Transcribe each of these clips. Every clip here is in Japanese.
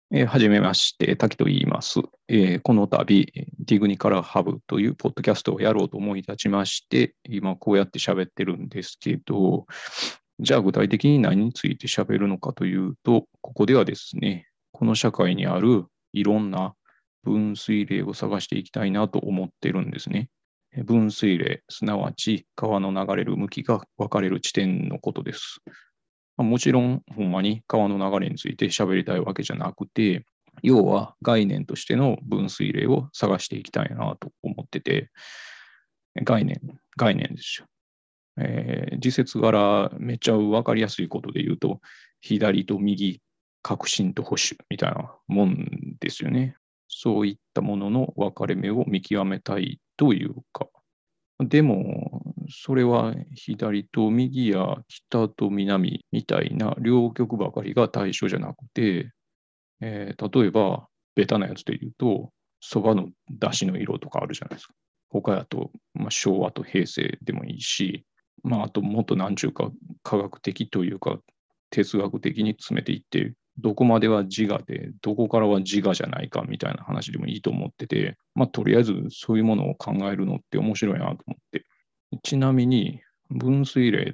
はじめまして、滝と言います。この度、ディグニカラハブというポッドキャストをやろうと思い立ちまして、今こうやって喋ってるんですけど、じゃあ具体的に何について喋るのかというと、ここではですね、この社会にあるいろんな分水嶺を探していきたいなと思ってるんですね。分水嶺、すなわち川の流れる向きが分かれる地点のことです。もちろん、ほんまに川の流れについて喋りたいわけじゃなくて、要は概念としての分水嶺を探していきたいなと思ってて、概念ですよ。時節柄めっちゃ分かりやすいことで言うと、左と右、革新と保守みたいなもんですよね。そういったものの分かれ目を見極めたいというか、でも、それは左と右や北と南みたいな両極ばかりが対象じゃなくて、例えば、ベタなやつで言うと、そばの出汁の色とかあるじゃないですか。他やと、昭和と平成でもいいし、あともっと何ちゅうか科学的というか哲学的に詰めていって、どこまでは自我で、どこからは自我じゃないかみたいな話でもいいと思ってて、とりあえずそういうものを考えるのって面白いなと思って。ちなみに、分水嶺って、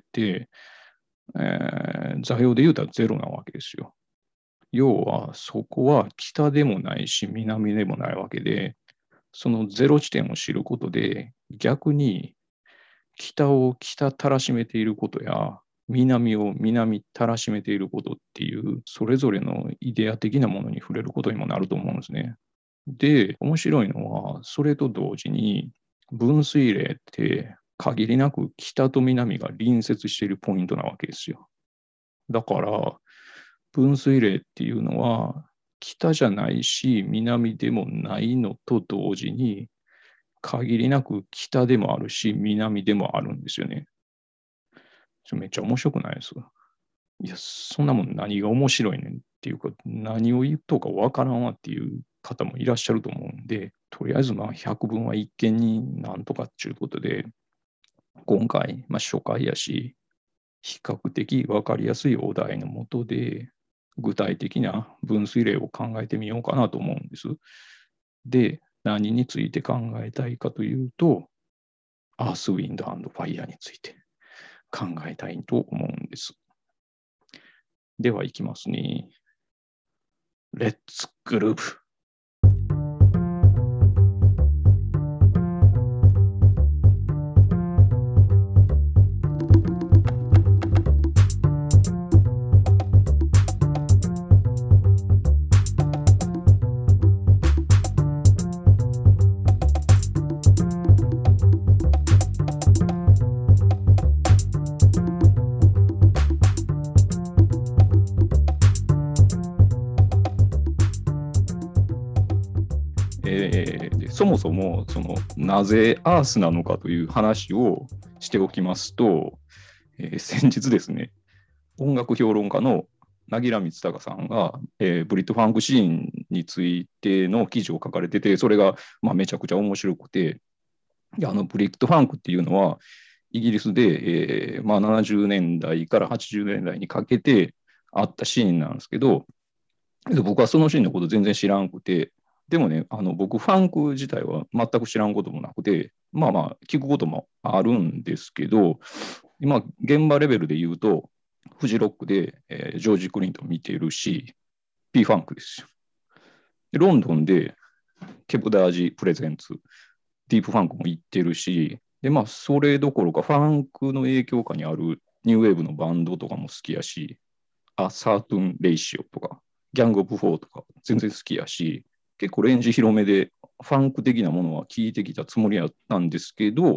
座標で言うたらゼロなわけですよ。要は、そこは北でもないし、南でもないわけで、そのゼロ地点を知ることで、逆に北を北たらしめていることや、南を南たらしめていることっていう、それぞれのイデア的なものに触れることにもなると思うんですね。で、面白いのは、それと同時に、分水嶺って限りなく北と南が隣接しているポイントなわけですよ。だから、分水嶺っていうのは、北じゃないし、南でもないのと同時に、限りなく北でもあるし、南でもあるんですよね。めっちゃ面白くないですか？いや、そんなもん何が面白いねんっていうか、何を言っとうかわからんわっていう方もいらっしゃると思うんで、とりあえず百聞は一見になんとかっていうことで、今回、初回やし、比較的わかりやすいお題のもとで、具体的な分水嶺を考えてみようかなと思うんです。で、何について考えたいかというと、アース、ウィンド、ファイヤーについて考えたいと思うんです。では、いきますね。レッツグループ。そもそもなぜアースなのかという話をしておきますと、先日ですね、音楽評論家の凪良光隆さんが、ブリッドファンクシーンについての記事を書かれてて、それが、めちゃくちゃ面白くて、ブリッドファンクっていうのは、イギリスで、70年代から80年代にかけてあったシーンなんですけど、僕はそのシーンのこと全然知らんくて、でもね、僕、ファンク自体は全く知らんこともなくて、聞くこともあるんですけど、今、現場レベルで言うと、フジロックで、ジョージ・クリントン見てるし、P ファンクですよ。でロンドンで、ケブダージ・プレゼンツ、ディープファンクも行ってるし、で、それどころか、ファンクの影響下にあるニューウェーブのバンドとかも好きやし、サートゥン・レイシオとか、ギャング・オブ・フォーとか全然好きやし、結構レンジ広めでファンク的なものは聞いてきたつもりやったんです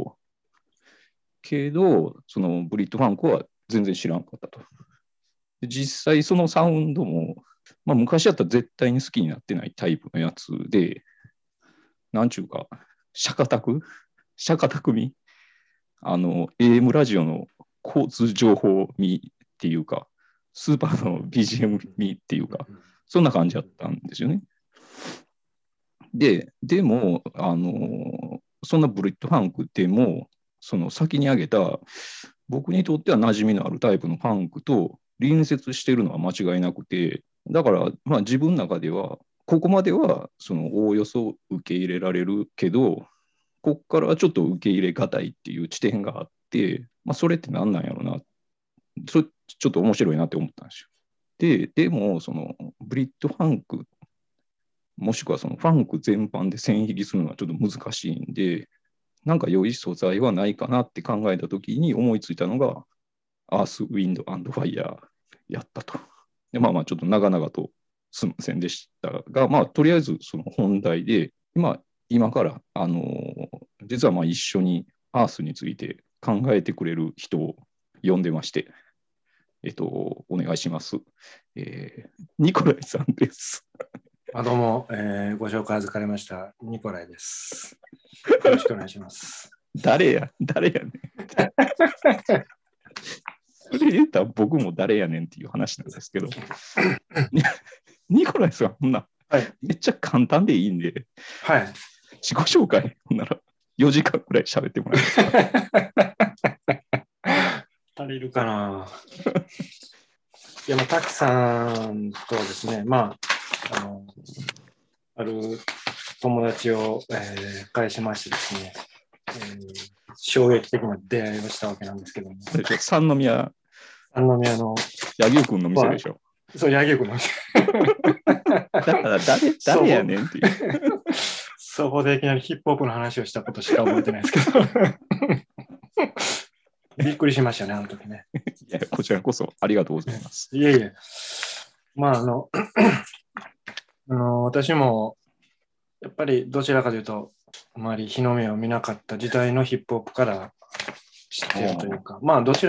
けど、そのブリッドファンクは全然知らんかったと。実際そのサウンドも、昔やったら絶対に好きになってないタイプのやつで、なんちゅうか、シャカタクミAM ラジオの交通情報見っていうか、スーパーの BGM 見っていうか、そんな感じだったんですよね。でも、そんなブリッドファンクでも、その先に挙げた、僕にとっては馴染みのあるタイプのファンクと隣接しているのは間違いなくて、 だから、まあ、自分の中では、ここまではそのおおよそ受け入れられるけど、ここからはちょっと受け入れがたいっていう地点があって、まあ、それって何なんやろうな、それちょっと面白いなって思ったんですよ。でも、そのブリッドファンク、もしくはそのファンク全般で線引きするのはちょっと難しいんで、なんか良い素材はないかなって考えたときに思いついたのが、アース、ウィンド、アンド、ファイヤーやったと。で、まあまあ、ちょっと長々とすみませんでしたが、まあ、とりあえずその本題で、今から、実はまあ一緒にアースについて考えてくれる人を呼んでまして、お願いします。ニコライさんです。 どうも、ご紹介預かりましたニコライです。よろしくお願いします。 誰やねん。それ言ったら僕も誰やねんっていう話なんですけど、ニコライさん、ほんな、 はい、 めっちゃ簡単でいいんで、 はい。 自己紹介、ほんなら4時間くらい喋ってもらえますか。 足りるかな。いや、滝さんとですね、ある友達を、介しましてですね、衝撃的な出会いをしたわけなんですけども。 三宮。 三宮の。 柳生くんの店でしょ。 そう、柳生くんの店。 だから誰やねんっていう。 そこでいきなりヒップホップの話をしたことしか覚えてないですけど。びっくりしましたね、あの時ね。 いや、こちらこそありがとうございます。 いえいえ。私も、やっぱりどちらかというと、あまり日の目を見なかった時代のヒップホップから知ってるというか、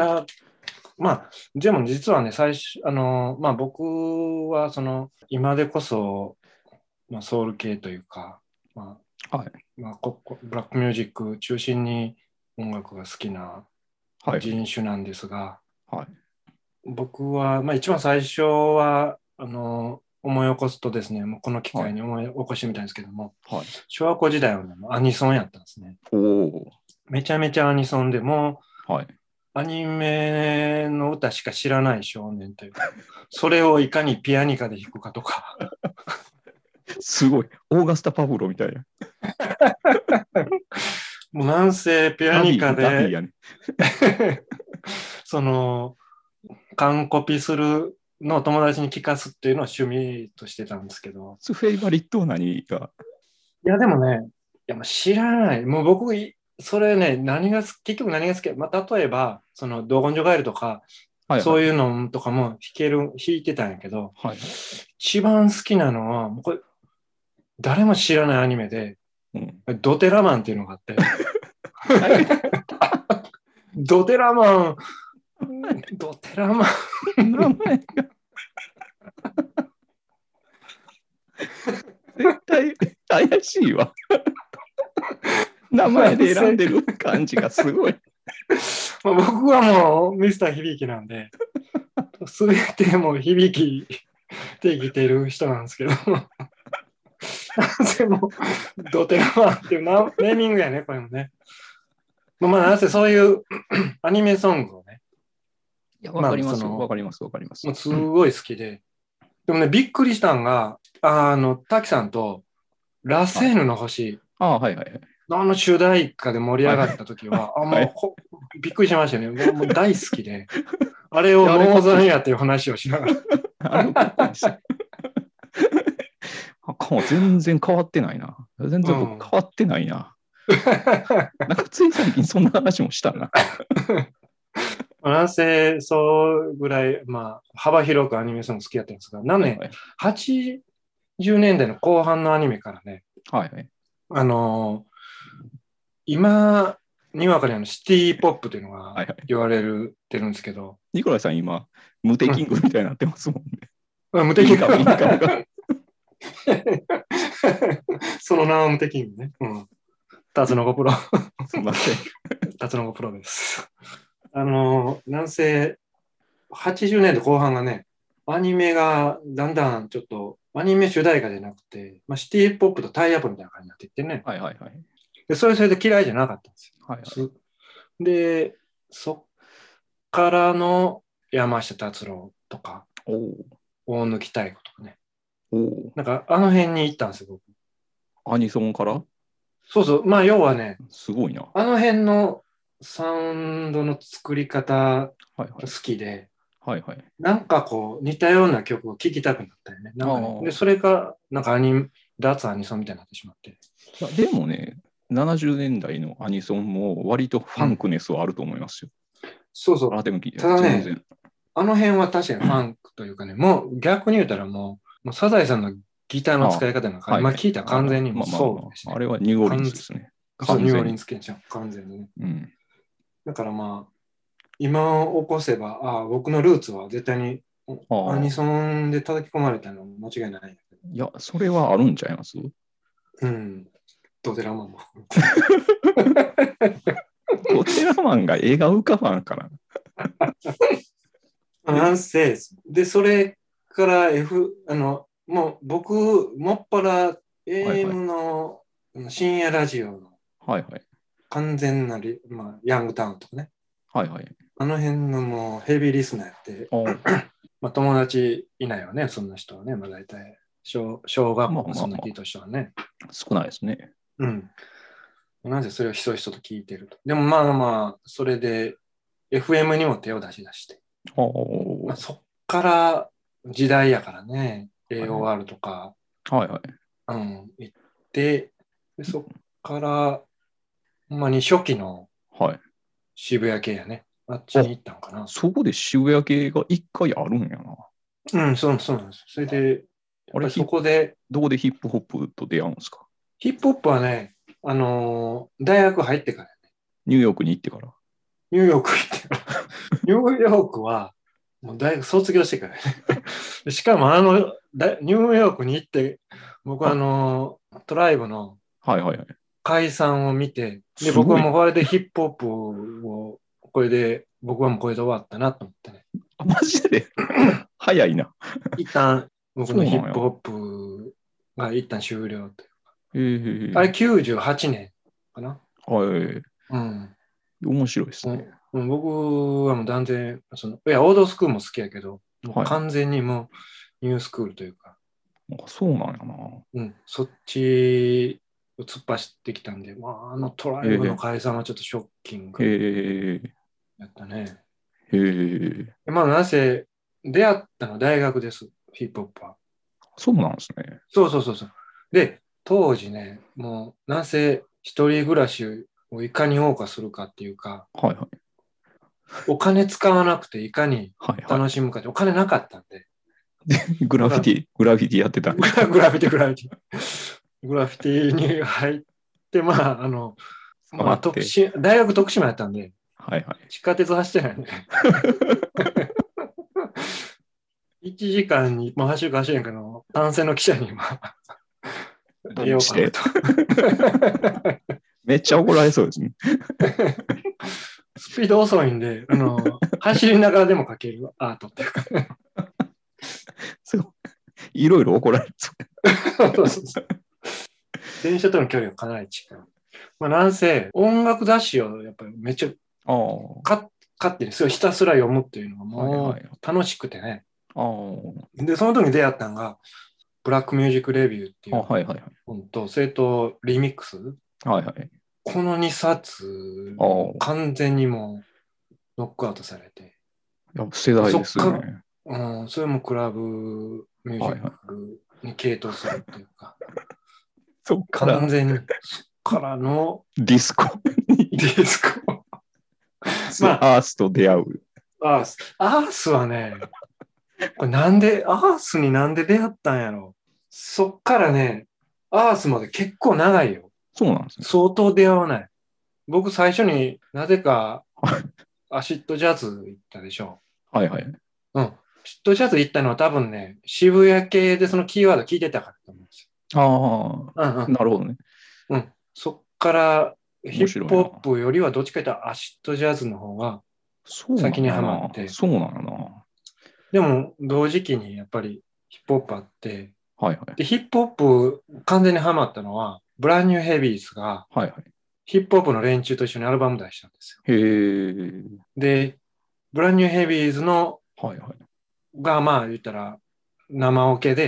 でも実はね、僕は今でこそ、ソウル系というか、ブラックミュージック中心に音楽が好きな人種なんですが、僕は、一番最初は思い起こすとですね、もうこの機会に思い起こしてみたいんですけども、小学校時代は、ね、アニソンやったんですね。めちゃめちゃアニソンでも、アニメの歌しか知らない少年というか、それをいかにピアニカで弾くかとか。 すごい、オーガスタ・パブロみたいな。 もうなんせピアニカで、完コピするのを友達に聞かすっていうのを趣味としてたんですけど。 フェイバリットは何が？ いや、でもね、もう知らない。もう僕、それね、結局何が好き？例えば、ドゴンジョガエルとか、そういうのとかも弾いてたんやけど、一番好きなのは、もうこれ、誰も知らないアニメで、ドテラマンっていうのがあって、ドテラマン、 名前が絶対怪しいわ。名前で選んでる感じがすごい。 僕はもうミスター響なんで、すべてもう響きできてる人なんですけど、なぜもドテラマンっていうネーミングやね、これもね。なぜそういうアニメソングをね、 わかりますよ、わかります。 もうすごい好きで、でもね、びっくりしたんが、滝さんとラセーヌの星、主題歌で盛り上がった時は、びっくりしましたね。もう大好きで、あれをノーザンやっていう話をしながら。 全然変わってないな。全然僕変わってないな。なんかつい最近そんな話もしたな。 なんせ、そうぐらい、幅広くアニメーション好きだったんですが、80年代の後半のアニメからね、今、にわかにシティポップというのが言われてるんですけど。 ニコライさん今、無敵キングみたいになってますもんね。 無敵キングが。その名は無敵キングね。タツノコプロ。 すみません。 タツノコプロです。なんせ、80年代後半がね、アニメがだんだんちょっと、アニメ主題歌じゃなくて、シティポップとタイアップみたいな感じになっていってね。でそれで嫌いじゃなかったんですよ。で、そっからの山下達郎とか、大貫妙子とかなんかあの辺に行ったんですよ、僕。 アニソンからそうそう、まあ要はね、 すごいな。 あの辺のサウンドの作り方はいはい。 好きで、 はいはい。 なんかこう似たような曲を聴きたくなったよね。なんかね。で、それがなんか脱アニソンみたいになってしまって。 いやでもね、70年代のアニソンも割とファンクネスはあると思いますよ。 そうそう。 あ、でも聞いてただね、 全然。 あの辺は確かにファンクというかね、もう逆に言うたらもうサザエさんのギターの使い方なんか、今はいはい。 聞いたら完全にもうソウルですね。 あれはニューオーリンズですね。 そう、ニューオー完全に。 リンズ系じゃん、完全にね。 うん。 だからまあ、今起こせば、僕のルーツは絶対にアニソンで叩き込まれたのは間違いない。 いや、それはあるんちゃいます？ うん。ドデラマンも。 ドテラマンが映画浮かばんから。 なんせ、で、それから もう僕、もっぱら AM の深夜ラジオの完全なヤングタウンとかね。 はいはい。 あの辺のもうヘビーリスナーやって、まあ友達いないよね、そんな人はね。まあ大体小学校そんな聞いた人はね。 少ないですね。 うん。なぜそれをひそひそと聞いてると。でもまあまあ、それで FM にも手を出しして。まあ、そっから時代やからね、AOR とか、 はいはい。 行って、でそっから、ほんまに初期の渋谷系やね。あっちに行ったんかな。 そこで渋谷系が一回あるんやな。 そうなんです。それで、やっぱりそこで。 どこでヒップホップと出会うんですか？ ヒップホップはね、大学入ってからね。 ニューヨークに行ってから。 ニューヨーク行ってから。ニューヨークは、もう大学卒業してからね。しかもニューヨークに行って、僕はトライブの解散を見て、で、僕はもうこれでヒップホップを、これで、僕はもうこれで終わったなと思ってね。 マジで早いな。 一旦、僕のヒップホップが一旦終了というか。あれ98年かな。 面白いですね。 僕はもう断然、オードスクールも好きやけど、もう完全にもうニュースクールというか。 そうなんやな。 そっちを突っ走ってきたんで、トライブの解散はちょっとショッキングやったね。なぜ出会ったの大学です、ヒップホップは。 そうなんですね。 そう。で、当時ね、もうなぜ一人暮らしをいかに謳歌するかっていうか、お金使わなくていかに楽しむかって、お金なかったんで。 グラフィティやってたんですか？ グラフィティに入って、大学徳島やったんで、地下鉄走ってないね。1時間に走るやんけど、男性の記者に出ようかなと。 めっちゃ怒られそうですね。 スピード遅いんで、走りながらでも描けるアートっていうか。 いろいろ怒られそう。 電車との距離がかなり近い。なんせ、音楽雑誌をやっぱりめっちゃ買って、それをひたすら読むっていうのがもう楽しくてね。で、その時に出会ったのが、ブラックミュージックレビューっていう本と、それとリミックス。この2冊、完全にもうノックアウトされて。 世代ですね。 それもクラブミュージックに傾倒するっていうか。完全に、そっからのディスコ。アースと出会う。 アースはね、これアースになんで出会ったんやろ。そっからね、アースまで結構長いよ。 そうなんですね。 相当出会わない。僕最初になぜかアシッドジャズ行ったでしょ。アシッドジャズ行ったのは多分ね、渋谷系でそのキーワード聞いてたからと思うんですよ。なるほどね。 そっからヒップホップよりはどっちかというとアシッドジャズの方が先にハマって。 そうなんやな。 でも同時期にやっぱりヒップホップあって、でヒップホップ完全にハマったのはブランニューヘビーズがヒップホップの連中と一緒にアルバム出したんですよ。で、ブランニューヘビーズのが言ったら生オケで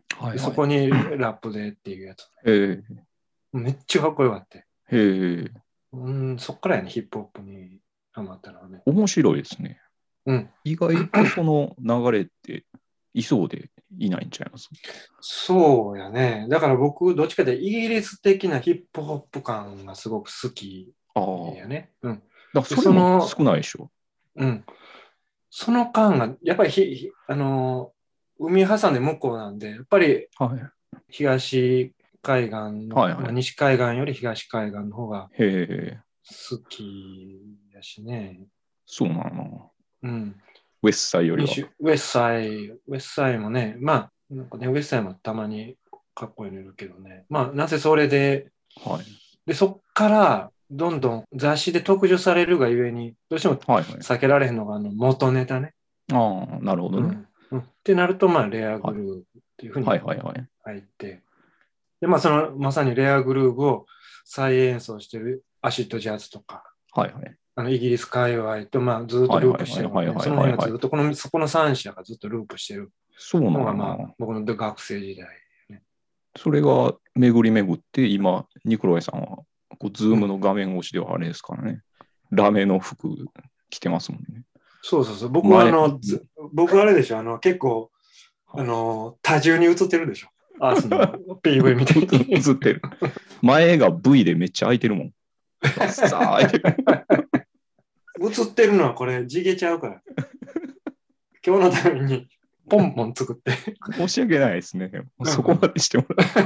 はいはい、 そこにラップでっていうやつ、 ね。 めっちゃかっこよかった。 へそっからやね、ヒップホップにハマったのはね。 面白いですね。 うん。 意外とその流れっていそうでいないんちゃいます？ そうやね。だから僕、どっちかでイギリス的なヒップホップ感がすごく好きああ。 やね。うん。 だからで、 それも少ないでしょ。 うん。その間が、やっぱり海挟んで向こうなんで、やっぱりはい。 東海岸の、 はいはい。 西海岸より東海岸の方がへえ、 好きやしね。 そうなの。 うん。 ウェッサイよりは。 ウェスサイもね、まあ、なんかね、ウェスサイもたまにかっこいいのいるけどね。まあ、なぜそれで、 はい。 で、そっからどんどん雑誌で特需されるがゆえに、どうしてもはいはい。 避けられへんのが元ネタね。 ああ、なるほどね。 うん。ってなると、まあ、レアグはい。 ルーブっていうふうにはいはいはい。 入って、で、まあ、まさにレアグルーブを再演奏してるアシッドジャズとか、 はいはい。 イギリス界隈と、まあ、ずっとはいはいループしてはいはいはいるわけで、そのはいはい。 辺がずっと、そこの3社がずっとループしてるそうなのが、まあ、 の。 僕の学生時代、ね。 それが巡り巡って、今、ニコライさんは、ズーうん。 ムの画面越しではあれですからね。ラメの服着てますもんね。 そうそうそう。 前、 僕あれでしょ、結構、多重に映ってるでしょ。アースの PV みたいに。 映ってる。前が V でめっちゃ開いてるもん。さあ開いてる。 映ってるのはこれ、地毛ちゃうから。今日のために、ポンポン作って。 申し訳ないですね。そこまでしてもらって。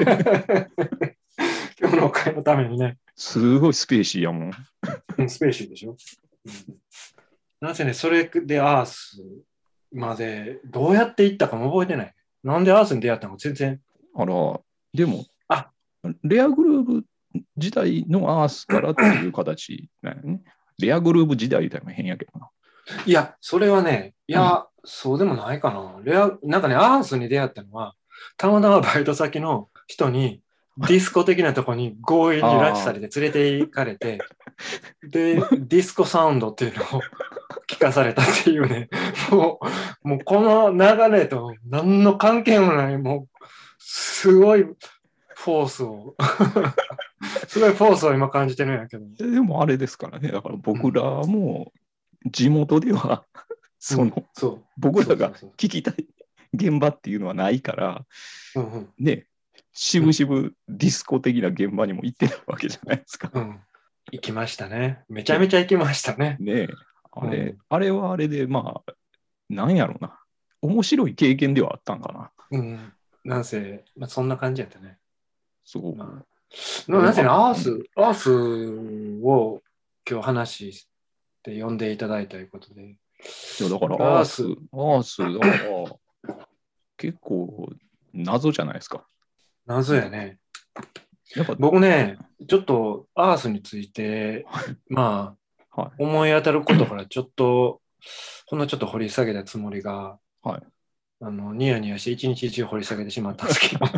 今日の会のためにね。 すごいスペーシーやもん。 スペーシーでしょ。なぜね、それでアースまでどうやって行ったかも覚えてない。なんでアースに出会ったのか全然。 あら、でも、 あ、 レアグルーブ時代のアースからっていう形だよね。レアグルーブ時代でも変やけどな。 いや、それはね、 うん、 そうでもないかな。なんかね、アースに出会ったのは、たまたまバイト先の人に、ディスコ的なとこに強引に拉致されて連れて行かれて、で、ディスコサウンドっていうのを聞かされたっていうね、もうこの流れと何の関係もない、もう、すごいフォースをすごいフォースを今感じてるんやけど。 でもあれですからね。だから僕らうん、 も地元ではうん、そう。 僕らがそうそう。 聞きたい現場っていうのはないから、 うんうんね、しぶしぶディスコ的な現場にも行ってたわけじゃないですか。 うん。行きましたね。めちゃめね、 ちゃ行きましたね。 ねうん。 あれはあれで、まあ、なんやろうな。面白い経験ではあったんかな。 うん。なんせ、まあ、そんな感じやったね。 そまう。 あ、 で、 なんせね、 まあ、 アースを今日話して呼んでいただいたということで。 いや、だからアース、 だから結構謎じゃないですか。 謎やね。 やっぱ、 僕ね、ちょっとアースについて、 はい、 まあ、 はい、 思い当たることからちょっと、ほんのちょっと掘り下げたつもりが、 はい。 ニヤニヤして一日中掘り下げてしまったんですけど、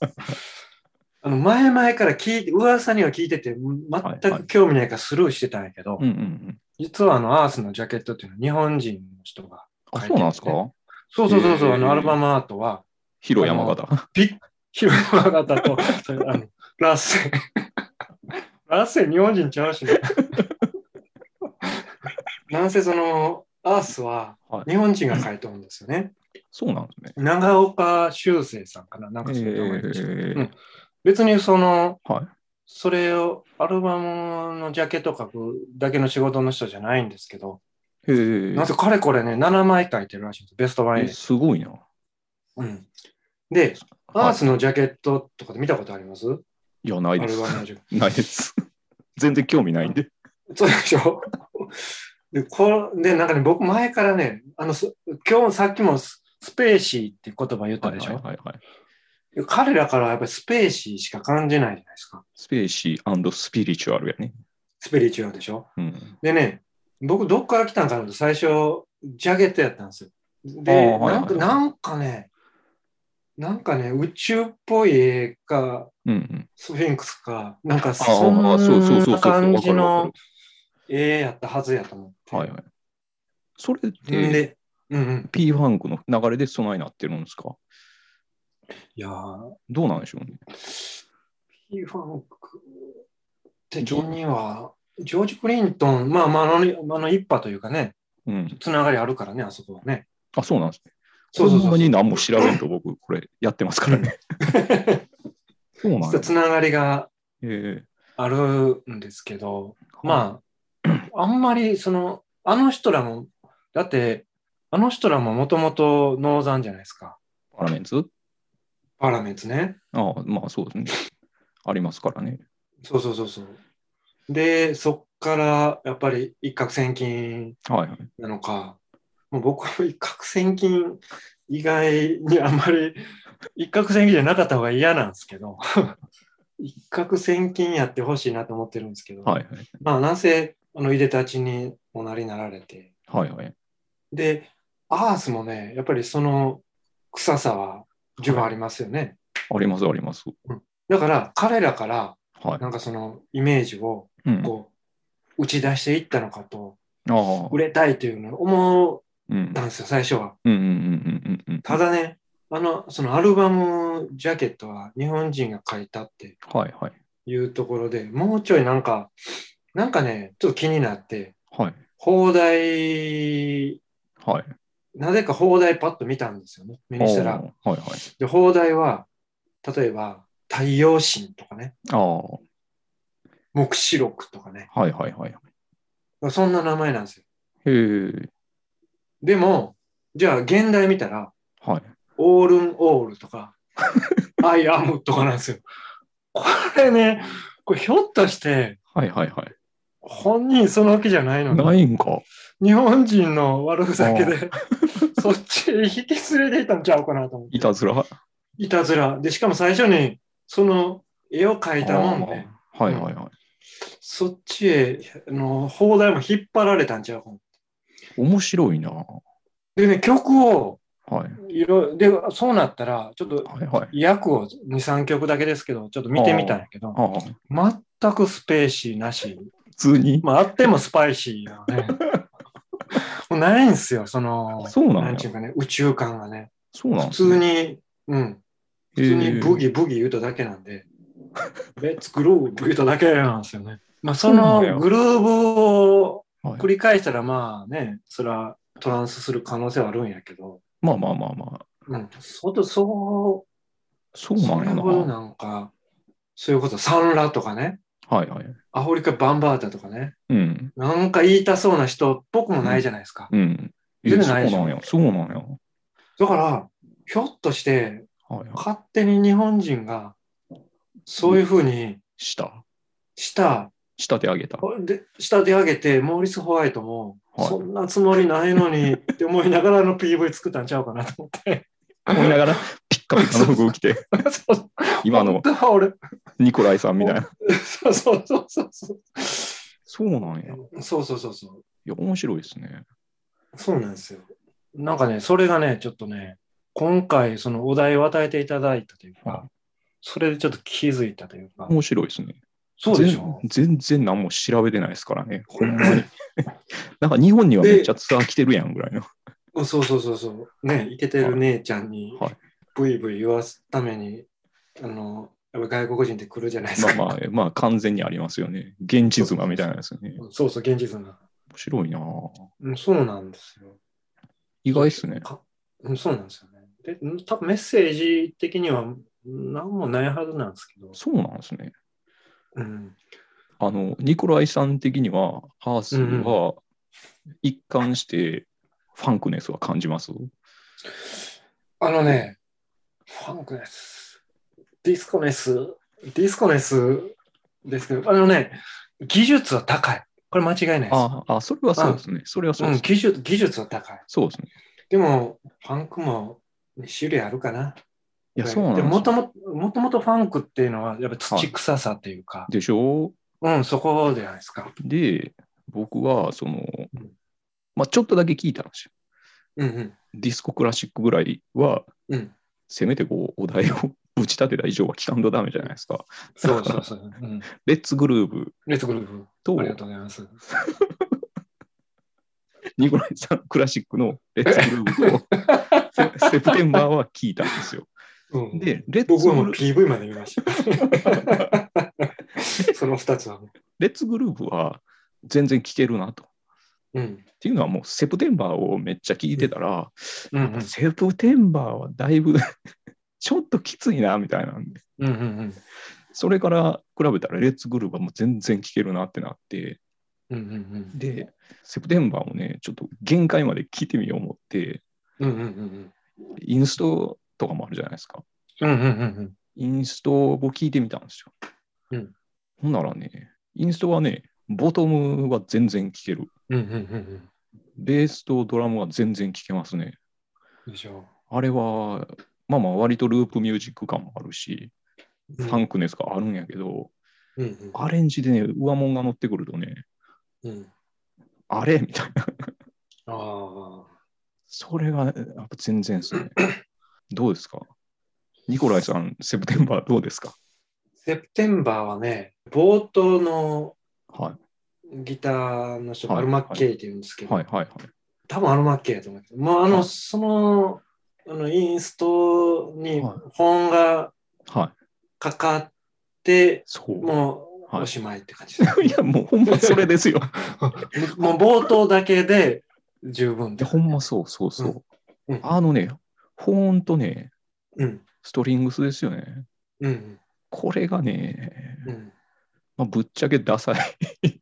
前々から噂には聞いてて、 はい、 全はい。 く興味ないからスルーしてたんやけど、 うんうんうん。 実はアースのジャケットっていうのは日本人の人があ、 書いそうなんですか？ てるんですね。そうそうそうそう、アルバえムアートは、 広山あの、 形。 ピッ、広島型と、それラッセン、ラッセン日本人ちゃうしね。なんせアースははい。 日本人が書いてるんですよね。 そうなんですね。 長岡修正さんかな、なんかそういう名前でした。うん。 え別にはい。 それをアルバムのジャケット書くだけの仕事の人じゃないんですけど、なぜかれこれね、7枚書いてるらしいんです。ベスト版入れて。 すごいな。 うん。で、アーはい。 スのジャケットとかで見たことあります？ いや、ないアです。 ルバムのジャケッないです。全然興味ないんで。 ト。そうでしょ？で、なんかね、僕前からね、今日さっきもスペーシーって言葉言ったはいはいでしょ？ はいはい。 彼らからやっぱりスペーシーしか感じないじゃないですか。 スペーシースピリチュアルやね。 スピリチュアルでしょ？ うん。 でね、僕どっから来たんかなと最初、ジャケットやったんですよ。 ああ、 で、 はいはいはい。 なんかね、宇宙っぽい絵か、 うんうん。 スフィンクスか、なんかそああ、そうそうんなそうそうそう、 感わかるわかる。 じの絵やったはずやと思って。 はいはい。それって、 んで、うんうん。 P ファンクの流れで備えになってるんですか？ いやー、 どうなんでしょうね。 P ファンク的には、ジョージ・クリントン、まあまあ、あの一派というかね、 うん。 つながりあるからね、あそこはね。 あ、そうなんですね。 そうそうほんまにそうそう。 何も調べんと僕、これやってますからね。そうなんや。 つながりがえあるんですけど、 はい。 まあ、あんまり、あの人らも、だって、あの人らももともとノーザンじゃないですか。 パラメンツパラメンツね。 ああ、まあそうですね。ありますからね。 そうそうそうそう。で、そっからやっぱり一攫千金はいはい。 なのか、もう僕は一攫千金以外にあんまり一攫千金じゃなかった方が嫌なんですけど、一攫千金やってほしいなと思ってるんですけど、 はいはい。 まあ、なんせ、いでたちにおなりになられて、 はいはい。 で、アースもね、やっぱりその臭さは十はい。 分ありますよね。 ありますあります。 うん、だから、彼らから、 はい。 なんかそのイメージを、 うん。 こう、打ち出していったのかと、 ああ。 売れたいというのを思っうん。 たんですよ、最初は。 うんうんうんうんうんうん。 ただね、そのアルバムジャケットは日本人が書いたってはいはい。 いうところで、もうちょいなんかね、ちょっと気になって、 はい。 放題、 はい。 なぜか放題パッと見たんですよね。目にしたら。 おーはいはい。 で、放題は、例えば、太陽神とかね、 ああ。 黙示録とかね、 はいはいはい。 そんな名前なんですよ。 へえ。 でも、じゃあ現代見たら、 はい。 オールンオールとか、アイアムとかなんですよ。これね、これひょっとして、 はいはいはい。 本人そのわけじゃないのに、 ないんか。 日本人の悪ふざけああ。 で、そっちへ引き連れていたんちゃうかなと思って。 いたずら。あいたずら。で、しかも最初に、その絵を描いあ。 たもんで、うん、 はいはいはい。 そっちへ、放題も引っ張られたんちゃうかな。 面白いな。はでね、曲を、 い。 で、そうなったら、ちょっとはいはい。 訳を2、3曲だけですけど、ちょっと見てみたんやけど、 ああ。ああ。 全くスペーシーなし。 普通に。 まあ、あってもスパイシーなね。もうないんすよ、 そうなんや。 なんちゅうかね、宇宙感がね。普そうなんですね。 通に、うん、 へ普通にブえ。 ギブギ言うただけなんで、レッツグルーブ言うただけなんですよね。まあ、そそうなんや。 のグルーブをはい。 繰り返したら、まあね、それはトランスする可能性はあるんやけど、 まあまあまあまあ。 うん、そそうなんやな。 れほどなんか、そういうこと、サンラとかね、 はいはい。 アフリカ・バンバータとかね、 うん。 なんか言いたそうな人っぽくもないうん。 じゃないですか。 うん。 全然そないでしょ。 うなんや。そうなんや。はだから、ひょっとして、 いは勝手に日本人がそい。 ういうふうに下。 した下手上げた。 で、下で上げて、モーリス・ホワイトも、 はい。 そんなつもりないのにって思いながらの PV 作ったんちゃうかなと思って。 思いながら、ピッカピカの服着て、 そうそう本今の当は俺、 ニコライさんみたいな。 そうそうそうそうそう。 そうなんや。 そうそうそうそう。 いや、面白いですね。 そうなんですよ。なんかね、それがね、ちょっとね、今回、そのお題を与えていただいたというか、 はい。 それでちょっと気づいたというか、 面白いですね。 そうでしょ全然何も調べてないですからね。ほんまに。なんか日本にはめっちゃで、 ツアー来てるやんぐらいの。 そうそうそうそう、ね、イケてはい。 る姉ちゃんにはい。 ブイブイ言わすために、やっぱ外国人って来るじゃないですか。 まあまあ、まあ完全にありますよね。現地妻みたいなやつね。面そうそう、現実が。 白いなぁ。 そうなんですよ。 意外っすね。 そうなんですよね。で、多分メッセージ的には何もないはずなんですけど、 そうなんですね。 うん、 ニコライさん的には、ハースうんうん。 は一貫してファンクネスは感じます？ あのね、ファンクネス、ディスコネス、ディスコネスですけど、技術は高い。これ間違いないです。 それはそうであ、 すね。それはそううん、 ですね。 技術は高い。 そうですね。 でも、ファンクも種類あるかな。 いや、そうでなんですよ。 もともとファンクっていうのは、やっぱ土は臭さっていうか、 い。でしょうん、そこじゃないですか。 で、僕は、 うん、 まあ、ちょっとだけ聞いたんですよ。 うん、うん。 ディスコクラシックぐらいは、 うん、 せめてこう、お題をぶち立てた以上は聞かんとダメじゃないですか。だから、 そうそうそう。うん。 レッツグルーブレッツグループ。ありがと、 とうございます。 ニコライさんクラシックのレッツグルーブと、セプテンバーは聞いたんですよ。 で、レッツ僕はもう PV まで見ました。その2つは。 レッツグループは全然聴けるなと。っていうのはもうセプテンバーをめっちゃ聴いてたら、セプテンバーはだいぶちょっときついなみたいなんで、それから比べたらレッツグループはもう全然聴けるなってなって、で、セプテンバーもね、ちょっと限界まで聴いてみよう思って、インストとかもあるじゃないですか。インストを聴いてみたんですよ。ほんならね、インストはね、ボトムは全然聴ける。ベースとドラムは全然聴けますね。 でしょう。 あれは、まあまあ割とループミュージック感もあるし、ファンクネスがあるんやけど、アレンジでね、上物が乗ってくるとね、あれみたいな。それがやっぱ全然ですね。どうですか？ニコライさん、セプテンバーどうですか？ セプテンバーはね、冒頭のギターの人がアルマッケイって言うんですけど、多分アルマッケイだと思うけど、まあ、そのインストに本がかかって、もうおしまいって感じです。 いや、もうほんまそれですよ。 もう冒頭だけで十分。 ほんまそう。あのね、ホーンとね、ストリングスですよね。これがね、まあ、ぶっちゃけダサい。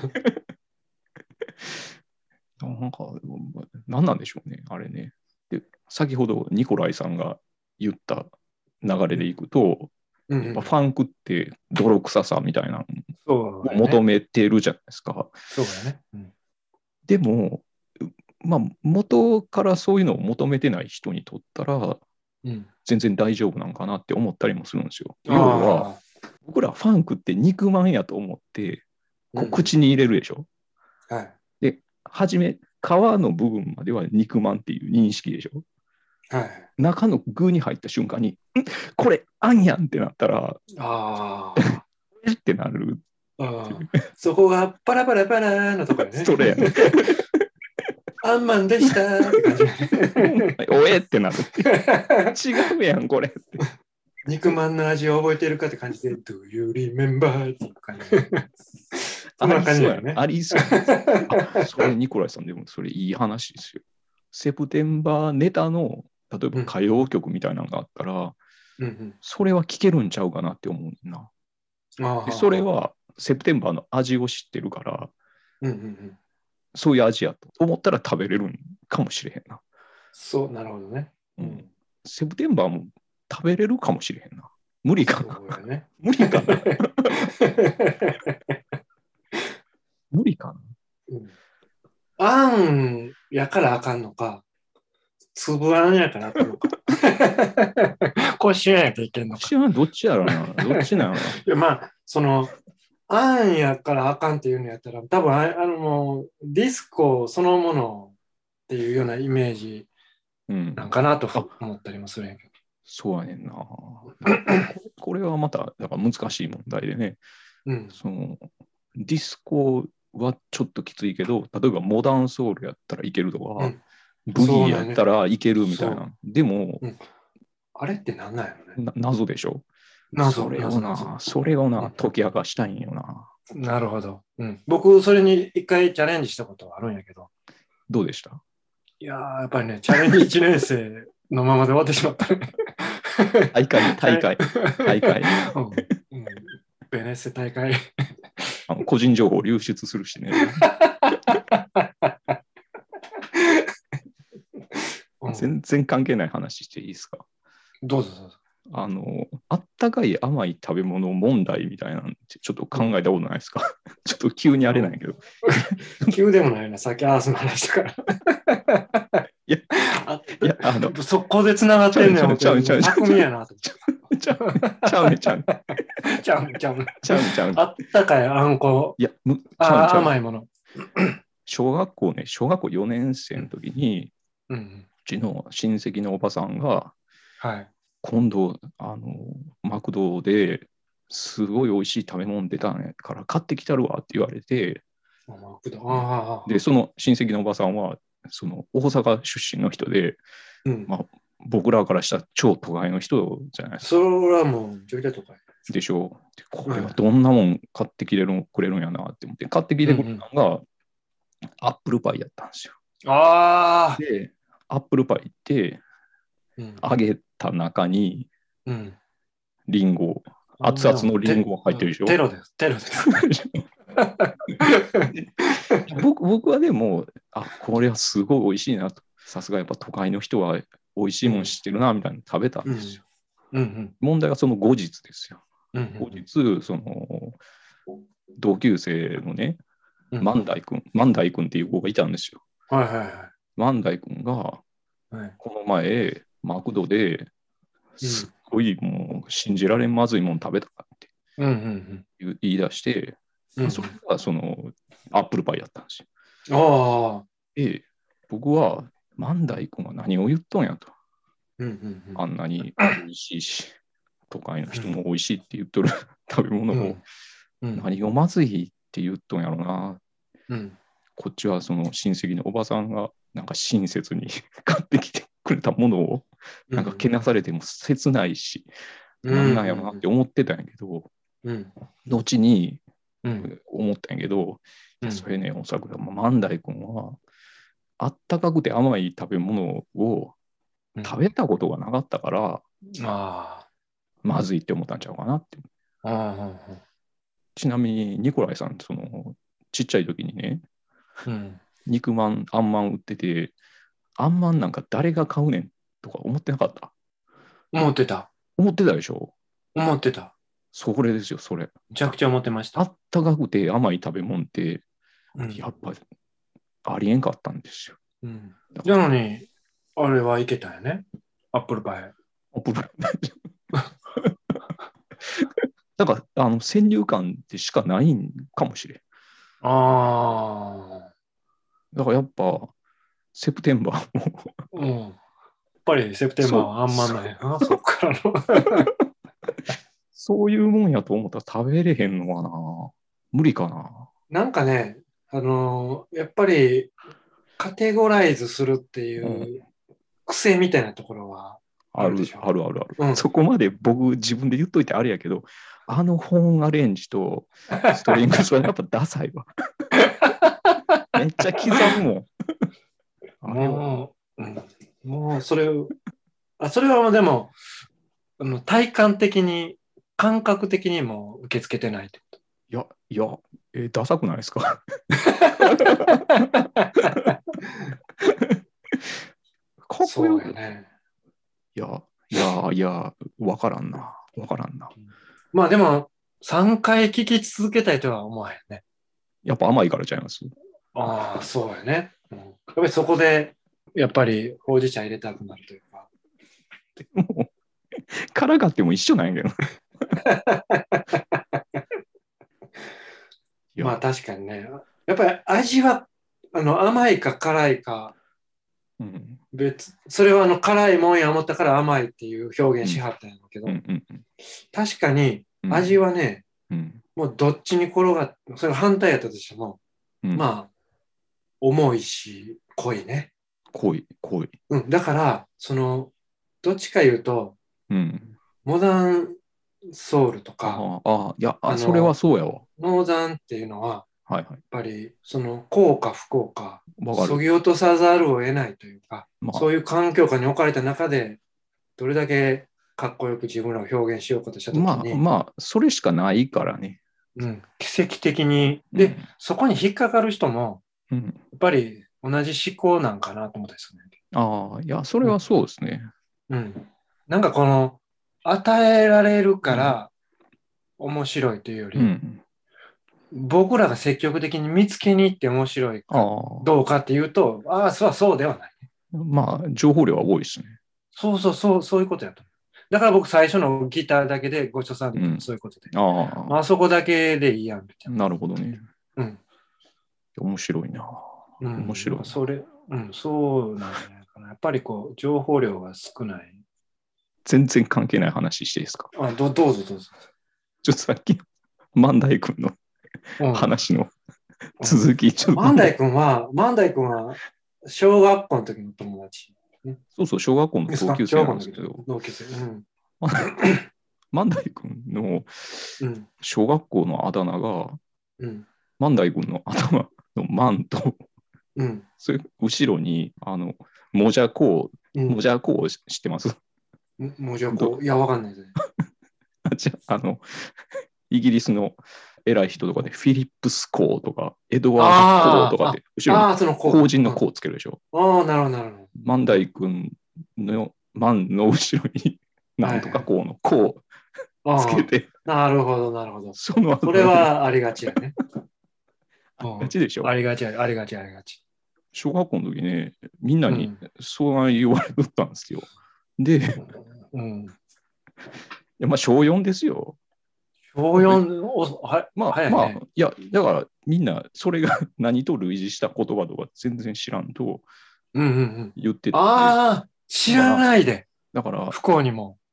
なんか、何なんでしょうね、あれね。で、先ほどニコライさんが言った流れでいくと、やっぱファンクって泥臭さみたいなのを求めてるじゃないですか。 そうだね。 でも、まあ、元からそういうのを求めてない人にとったら、全然大丈夫なんかなって思ったりもするんですよ。要は、僕らファンクって肉まんやと思って、こう口に入れるでしょ。で、初め、皮の部分までは肉まんっていう認識でしょ。中の具に入った瞬間に、これ、あんやんってなったら、えってなる。 そこがパラパラパラのところね。 それやね。 アンマンでしたって感じ。 おえってなる。違うやん、これ。 肉まんの味を覚えてるかって感じで、Do you remember? っていう感じ。 そんな感じだよね。ありそうや。それ、ニコライさん、でもそれいい話ですよ。セプテンバーネタの、例えば歌謡曲みたいなのがあったら、それは聴けるんちゃうかなって思うな。でそれは、セプテンバーの味を知ってるから、そういう味やと思ったら食べれるんかもしれへんな。 そう、なるほどね。 セプテンバーも食べれるかもしれへんな。無理かな。 ね、 無理かな。無理かな。あんやからあかんのか、粒あんやからあかんのか。こうしないといけんのか。 どっちやろな。どっちなの。いや、まあ、あんやからあかんっていうのやったら、多分もうディスコそのものっていうようなイメージなんかなと思ったりもするんやけど。 そうやねんな。これはまただから難しい問題でね、そのディスコはちょっときついけど、例えばモダンソウルやったらいけるとか、ブギーやったらいけるみたいな。でも、 あれってなんなんやろね。 謎でしょ。それをな、解き明かしたいんよな。 なるほど。僕、それに一回チャレンジしたことはあるんやけど。 どうでした？ いややっぱりね、チャレンジ1年生のままで終わってしまったね。 大会。 ベネッセ大会。 個人情報流出するしね。全然関係ない話していいですか？ どうぞ。 あったかい甘い食べ物問題みたいなのちょっと考えたことないですか？ちょっと急にあれないけど。 急でもないな、さっきアースの話とか。いや、速攻で繋がってんねん。巧みやなと思って。ちゃうね。あったかいあんこ。 いや、 甘いもの。 小学校4年生の時に、うちの親戚のおばさんが、今度マクドですごい美味しい食べ物出たねから買ってきたるわって言われて、でその親戚のおばさんはその大阪出身の人で、 僕らからしたら超都会の人じゃないですか。 それはもうめちゃくちゃ都会。 でしょう。これはどんなもん買ってきてくれるんやなって思って、買ってきてくれたのが、アップルパイやったんですよ。 ああ。 で、アップルパイって、揚げた中に、リンゴ、熱々のリンゴが入ってるでしょ。 テロです。テロです。 僕はでも、これはすごい美味しいなと。さすがやっぱ都会の人は美味しいもん知ってるな、みたいなの食べたんですよ。問題はその後日ですよ。後日、その同級生のね、万代君っていう子がいたんですよ。万代君が、この前、マクドですっごいもう信じられんまずいもん食べたって言い出して、それがそのアップルパイやったんですよ。で、僕は万代君は何を言っとんやと。あんなに美味しいし、都会の人も美味しいって言っとる食べ物を何をまずいって言っとんやろな。こっちはその親戚のおばさんがなんか親切に買ってきてくれたものをなんかけなされても切ないし、なんなんやろなって思ってたんやけど、後に思ったんやけど、それね、おそらく万代君はあったかくて甘い食べ物を食べたことがなかったから、まずいって思ったんちゃうかなって。ちなみにニコライさん、そのちっちゃい時にね、肉まん、あんまん売ってて、あんまんなんか誰が買うねんとか思ってなかった？ 思ってた。 思ってたでしょ？ 思ってた。 それですよ、それ。 めちゃくちゃ思ってました。 あったかくて甘い食べ物って、やっぱりありえんかったんですよ。 なのに、あれはいけたよね。アップルパイ。 アップルパイ。だから、先入観ってしかないんかもしれん。だからやっぱ、セプテンバーもやっぱりセプテンバーはあんまないな、そっからの。 そういうもんやと思ったら食べれへんのかな。無理かな。 なんかね、やっぱりカテゴライズするっていう癖みたいなところはあるでしょ。 ある。そこまで僕自分で言っといてあれやけど、ホーンアレンジとストリングスはやっぱダサいわ。めっちゃ刻むもん。もうそれはでも、体感的に、感覚的にも受け付けてないってこと。 いや、ダサくないですか？かっこよくね。いや、わからんな。 まあでも、3回聞き続けたいとは思わへんね。 やっぱ甘いからちゃいます？ そうやね。やっぱりそこで、やっぱりほうじ茶入れたくなるというか。 もう、辛がっても一緒なんやけど。 まあ確かにね。やっぱり味は、甘いか辛いか、それは辛いもんや思ったから甘いっていう表現しはったんやけど、確かに味はね、もうどっちに転がって、それが反対やったとしても、まあ、重いし、濃いね。 濃い。 だから、どっちか言うと、モダンソウルとか、 それはそうやわ。 ノーザンっていうのは、 やっぱり幸か不幸か、そぎ落とさざるを得ないというか、そういう環境下に置かれた中で、どれだけかっこよく自分らを表現しようかとしたときに、 それしかないからね。 奇跡的に、で、そこに引っかかる人も、やっぱり同じ思考なんかなと思ったんですね。それはそうですね。 なんか与えられるから面白いというより、僕らが積極的に見つけに行って面白いかどうかっていうと、そうではない。 情報量は多いですね。 そういうことやと。だから僕最初のギターだけでご所さんでそういうことで。あそこだけでいいやんみたいな。なるほどね。面白いな。面白い。 そうなんじゃないかな。やっぱり情報量が少ない。 全然関係ない話していいですか？ どうぞ。 ちょっとさっき万代君の話の続き。 万代君は小学校の時の友達。 そうそう、小学校の同級生なんですけど、 同級生。 万代君の小学校のあだ名が、万代君の頭の万と、それ後ろに、もじゃこを知ってます？ もじゃこ、いや、わかんないですね。 じゃイギリスの偉い人とかで、フィリップス公とか、エドワード公とかで、後ろに公人の公をつけるでしょ。 ああ、なるほど、なるほど。 万代君の万の後ろに、なんとか公の公をつけて。 なるほど、なるほど。 それはありがちやね。 ありがちでしょ。 ありがち、ありがち、ありがち。 小学校の時ね、みんなにそう言われとったんですよ。で、いやまあ小4ですよ。 小4、 まあ、いや、だからみんなそれが何と類似した言葉とか全然知らんと言ってた。 ああ、知らないで。 だから、 不幸にも。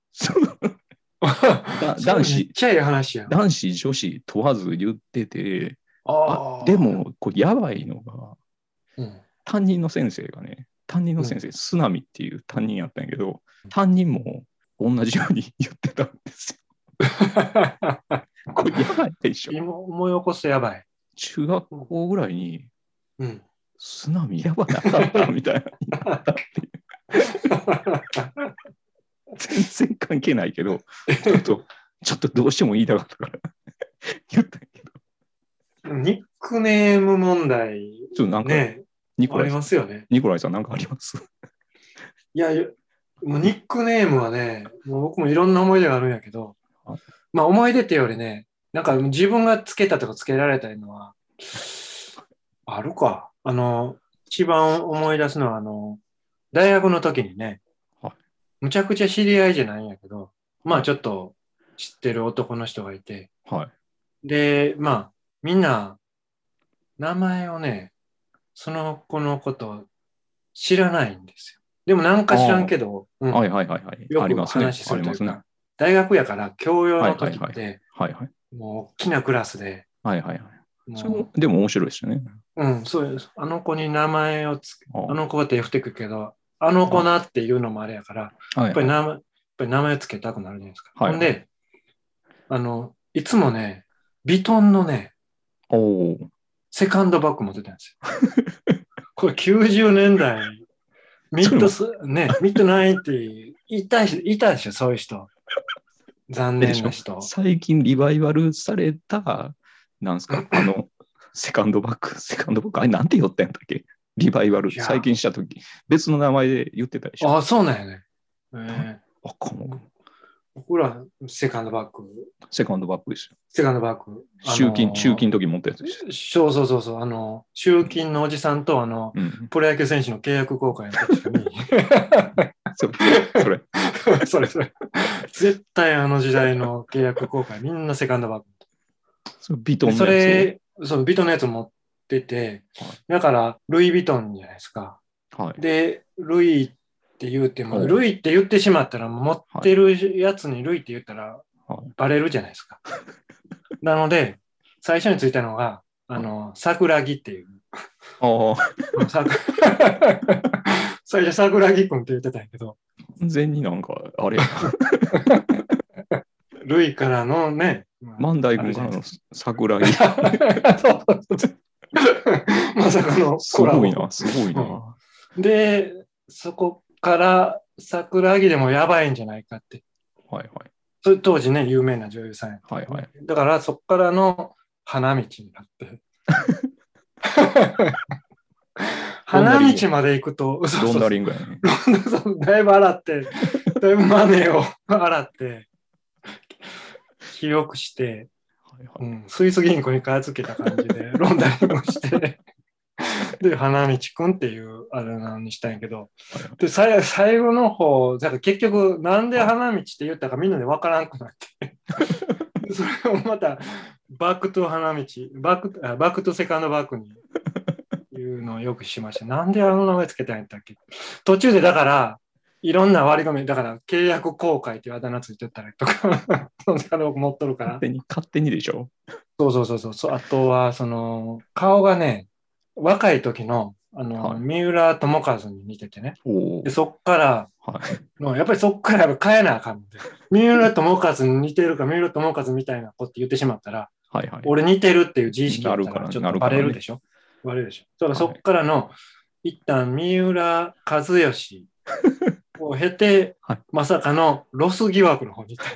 男子、 めっちゃいい話や。 男子、女子問わず言ってて、でも、これやばいのが、担任の先生がね、スナミっていう担任やったんやけど、担任も同じように言ってたんですよ。これやばいでしょ。 今思い起こすとやばい。 中学校ぐらいに、スナミやばなかったみたいな言ったっていう。全然関係ないけど、ちょっとどうしても言いたかったから言ったけど。ニックネーム問題、 なんか、 ね、ありますよね。 ニコライさん、なんかあります？ いや、もうニックネームはね、もう僕もいろんな思い出があるんやけど、まあ思い出ってよりね、なんか自分がつけたとかつけられたのは、あるか。一番思い出すのは、大学の時にね、むちゃくちゃ知り合いじゃないんやけど、まあちょっと知ってる男の人がいて、で、まあみんな名前をね、その子のこと知らないんですよ。でもなんか知らんけど、よく話するというか、大学やから教養の時って、もう大きなクラスで、 でも面白いですよね。 そうです。あの子に名前をあの子が手振ってくるけど、あの子なっていうのもあれやから、やっぱり名前をつけたくなるじゃないですか。ほんで、いつもね、ヴィトンのね、セカンドバッグ持ってたんですよ。これ90年代、ミッドナインティいたでしょ、そういう人。残念な人。 最近リバイバルされた、なんすか、セカンドバッグ、あれなんて言ったんやったっけ？リバイバル、最近したとき、別の名前で言ってたでしょ。 あ、そうなんやね。僕ら、セカンドバッグですよ。 セカンドバッグ。 集金の時持ったやつですよ。そう。集金のおじさんと、プロ野球選手の契約更改の時に。それ。絶対あの時代の契約更改、みんなセカンドバッグ。 ビトンのやつビトンのやつ持ってて、だから、ルイ・ヴィトンじゃないですか。で、ルイって言っても、ルイって言ってしまったら、持ってるやつにルイって言ったら、バレるじゃないですか。なので、最初についたのが、桜木っていう。最初、桜木くんって言ってたんやけど。 完全になんか、あれルイからのね。 万代君からの桜木。 まさかのコラボ。すごいな。 で、そこから桜木でもやばいんじゃないかって。それ当時ね、有名な女優さんやった。だからそこからの花道になって。花道まで行くと、 ロンダリングやね。 だいぶ洗って、だいぶマネーを洗って、広くして、スイス銀行に買い付けた感じで、ロンダリングして、で、花道くんっていうあれなのにしたんやけど、で、最後の方、だから結局、なんで花道って言ったかみんなで分からんくなって、それをまた、バックトゥ花道、バックトゥセカンドバックにいうのをよくしました。なんであの名前つけたんやったっけ？途中でだから、いろんな割り込み、だから契約公開っていうあだ名ついてったりとか、その金を持っとるから。 勝手にでしょ？ そう。あとは、顔がね、若い時の、 三浦友和に似ててね。でそっから、 はい、 やっぱりそっから変えなあかんので、三浦友和に似てるか、三浦友和みたいなこと言ってしまったら、 はいはい、 俺似てるっていう自意識だったらちょっとバレるでしょ。バレるでしょ。だからそっからの、一旦三浦知良を経て、 はい、 まさかのロス疑惑の方に行った。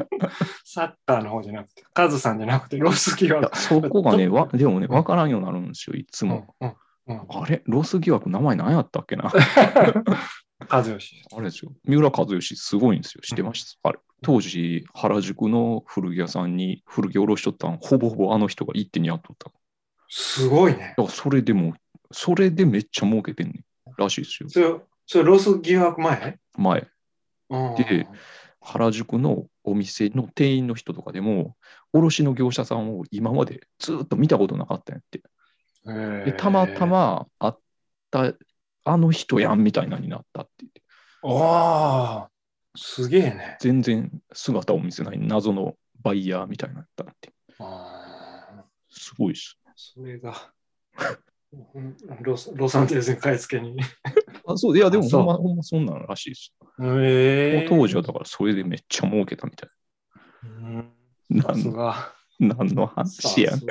サッカーの方じゃなくて、カズさんじゃなくて、ロス疑惑。 そこがね、でもね、分からんようになるんですよ、いつも。あれロス疑惑、名前何やったっけな。 和義。 あれですよ。三浦知良、すごいんですよ。知ってました、あれ。当時、原宿の古着屋さんに古着下ろしとったん、ほぼほぼあの人が一手にやっとった。 すごいね。 だからそれでめっちゃ儲けてんねんらしいですよ。それロス疑惑前で、原宿のお店の店員の人とかでも、卸の業者さんを今までずっと見たことなかったんやって。で、たまたま会ったあの人やんみたいなになったって言って。 ああ、すげえね。 全然姿を見せない謎のバイヤーみたいになったって。すごいです。 それがロサンゼルスに買い付けに。 そう、いや、でもほんまそんなのらしいです。当時はだからそれでめっちゃ儲けたみたいな。何の話やねん。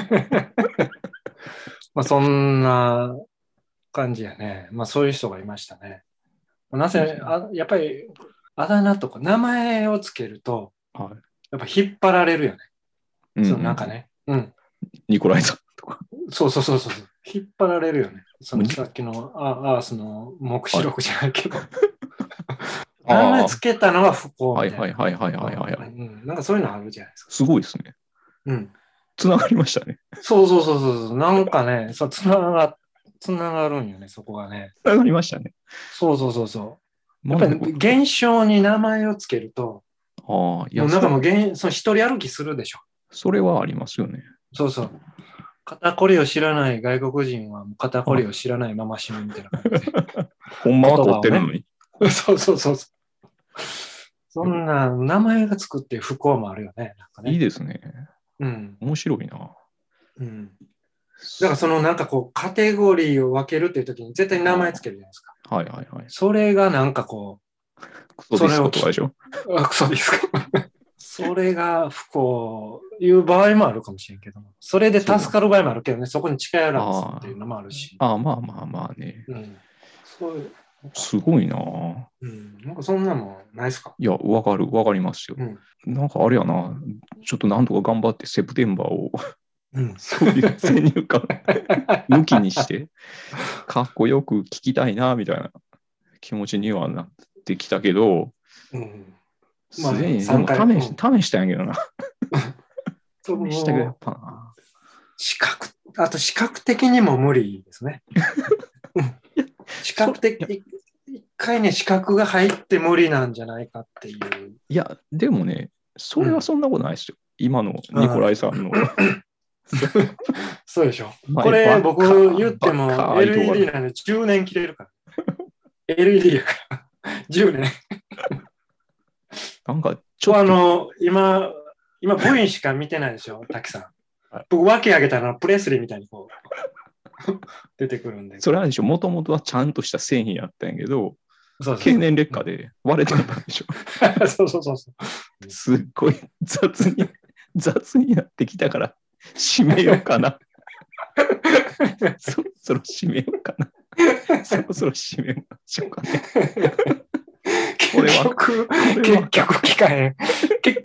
まあそんな感じやね。まあそういう人がいましたね。なぜ、やっぱりあだ名とか名前をつけると、やっぱ引っ張られるよね。そのなんかね。 ニコライさんとか。 そう。引っ張られるよね。そのさっきのアースの目視録じゃないけど。名前つけたのは不幸みたいな。なんかそういうのあるじゃないですか。 すごいですね。つながりましたね。 そう。なんかね、つながるんよね、そこがね。 つながりましたね。 そう。やっぱり現象に名前をつけると、なんかもうその一人歩きするでしょ。 それはありますよね。 そう。肩こりを知らない外国人は肩こりを知らないまま死ぬみたいな感じで。 ほんまは取ってるのに。 そう。そんな名前がつくって不幸もあるよね。なんかね。 いいですね。面白いな。 だからそのなんかこうカテゴリーを分けるっていう時に絶対に名前つけるじゃないですか。それがなんかこう、それをクソディスコ。それが不幸いう場合もあるかもしれんけども、それで助かる場合もあるけどね、そこに近寄らずっていうのもあるし。 まあね。すごいな。 なんかそんなのないですか？ いや、わかりますよ。なんかあれやな、ちょっとなんとか頑張ってセプテンバーを、そういう先入観抜きにして、かっこよく聞きたいな、みたいな気持ちにはなってきたけど、すでに、でも試したんやけどな。試したけど、やっぱな。 あと視覚的にも無理ですね。視覚的、一回ね、視覚が入って無理なんじゃないかっていう。 いや、でもね、それはそんなことないですよ。今のニコライさんの。 そうでしょ。これ僕言っても LED なんで10年切れるから。LED やから。10年。 なんかちょっと。 今部員しか見てないでしょ、滝さん。僕分け上げたのはプレスリーみたいにこう出てくるんで。 それはでしょ、もともとはちゃんとした繊維やったんやけど、経年劣化で割れてたんでしょ。 そう。 すっごい雑になってきたから、締めようかな。そろそろ締めようかな。そろそろ締めましょうかね。 結局聞かへん。結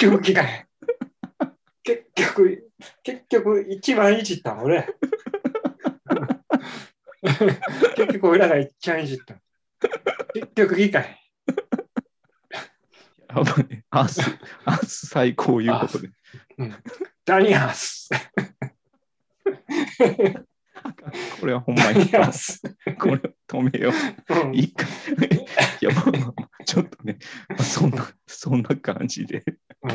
局一番いじったの俺。結局俺らが一番いじった。結局聞かへん。 やばいね。アース最高いうことで。 ダニアース。 これはほんまに。これを止めよう。一回。いや、ちょっとね、そんな感じで、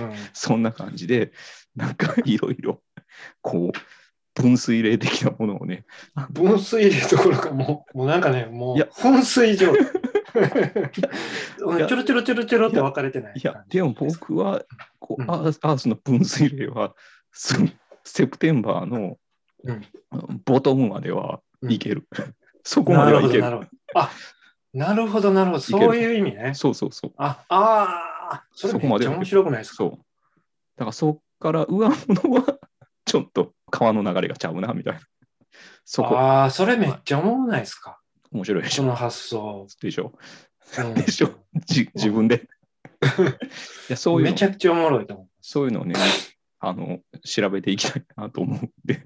なんかいろいろ、こう、分水嶺的なものをね。 分水嶺どころか、もうなんかね、もう、噴水状態。ちょろって分かれてない。 いや、でも僕は、アースの分水嶺は、セプテンバーのボトムまではいける。そこまではいける。 なるほど。あ、なるほど、なるほど。そういう意味ね。 そう。それめっちゃ面白くないですか？ そう。だからそこから上物はちょっと川の流れがちゃうな、みたいな。 それめっちゃ思わないですか？ 面白いでしょ。 その発想。 でしょ。でしょ。自分で。いや、そういうの。 めちゃくちゃおもろいと思う。 そういうのをね、調べていきたいなと思うんで。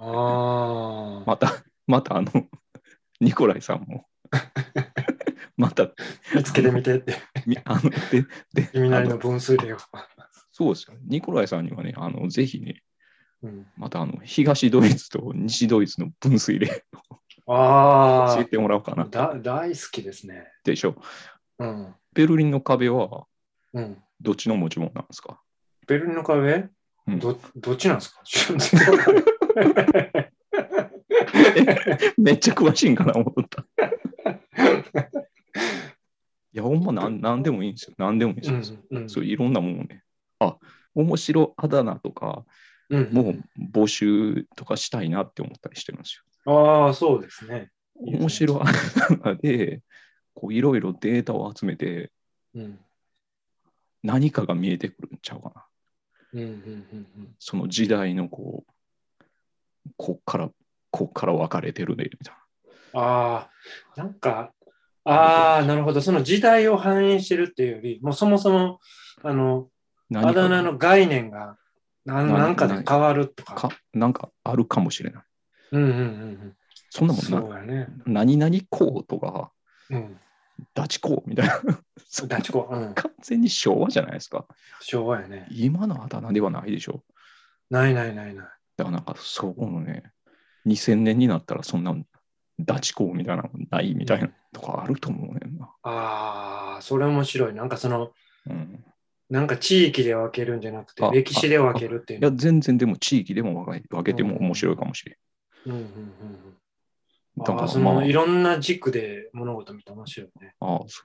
またニコライさんも。また見つけてみてって。君なりの分水嶺を。 そうですよ。ニコライさんにはね、ぜひね、また東ドイツと西ドイツの分水嶺を教えてもらおうかな。 大好きですね。 でしょ。ベルリンの壁はどっちの持ち物なんですか？ ベルリンの壁、どっちなんですか？ めっちゃ詳しいんかな思った。いや、ほんまなんでもいいんですよ。なんでもいいんですよ。そういろんなものね。面白あだ名とか、もう募集とかしたいなって思ったりしてるんですよ。そうですね。 面白あだ名で、いろいろデータを集めて、何かが見えてくるんちゃうかな。その時代のこっから分かれてるね、みたいな。なんか、なるほど。その時代を反映してるっていうより、もうそもそも、あだ名の概念が何かで変わるとか。 なんかあるかもしれない。そんなもんそうやね。 何々公とか、ダチ公みたいな。 ダチ公。 完全に昭和じゃないですか。 昭和やね。 今のあだ名ではないでしょ。 ない。 だからなんかそこのね、2000年になったらそんなダチ公みたいなのないみたいなとかあると思うねんな。それ面白い。なんかなんか地域で分けるんじゃなくて、歴史で分けるっていう。 いや、全然でも地域でも分けても面白いかもしれん。 いろんな軸で物事見て面白いね。 そう。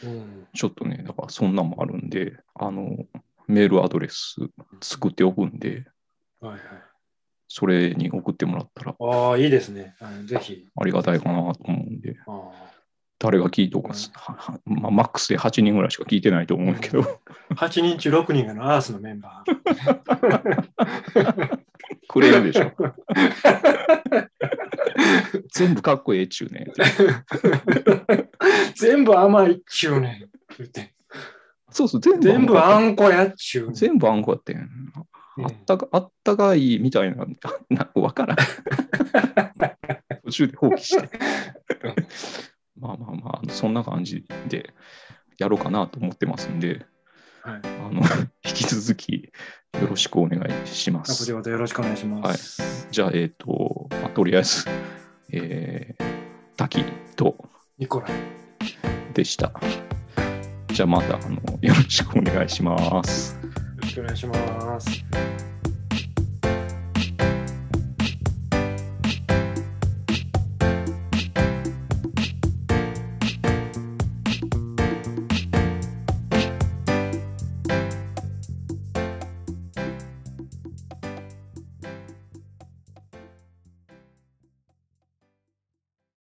ちょっとね、だからそんなもあるんで、メールアドレス作っておくんで、それに送ってもらったら。 いいですね。ぜひ。 ありがたいかなと思うんで。誰が聞いとか、マックスで8人ぐらいしか聞いてないと思うけど。 8人中6人がアースのメンバー。 くれるでしょ。全部かっこええっちゅうね。 全部甘いっちゅうね。 そう、 全部あんこやっちゅう。 全部あんこやってん。あったかいみたいな、わからん。途中で放棄して。そんな感じでやろうかなと思ってますんで、引き続きよろしくお願いします。 こちらよろしくお願いします。 じゃあ、とりあえず、滝とニコライでした。じゃあまたよろしくお願いします。 よろしくお願いします。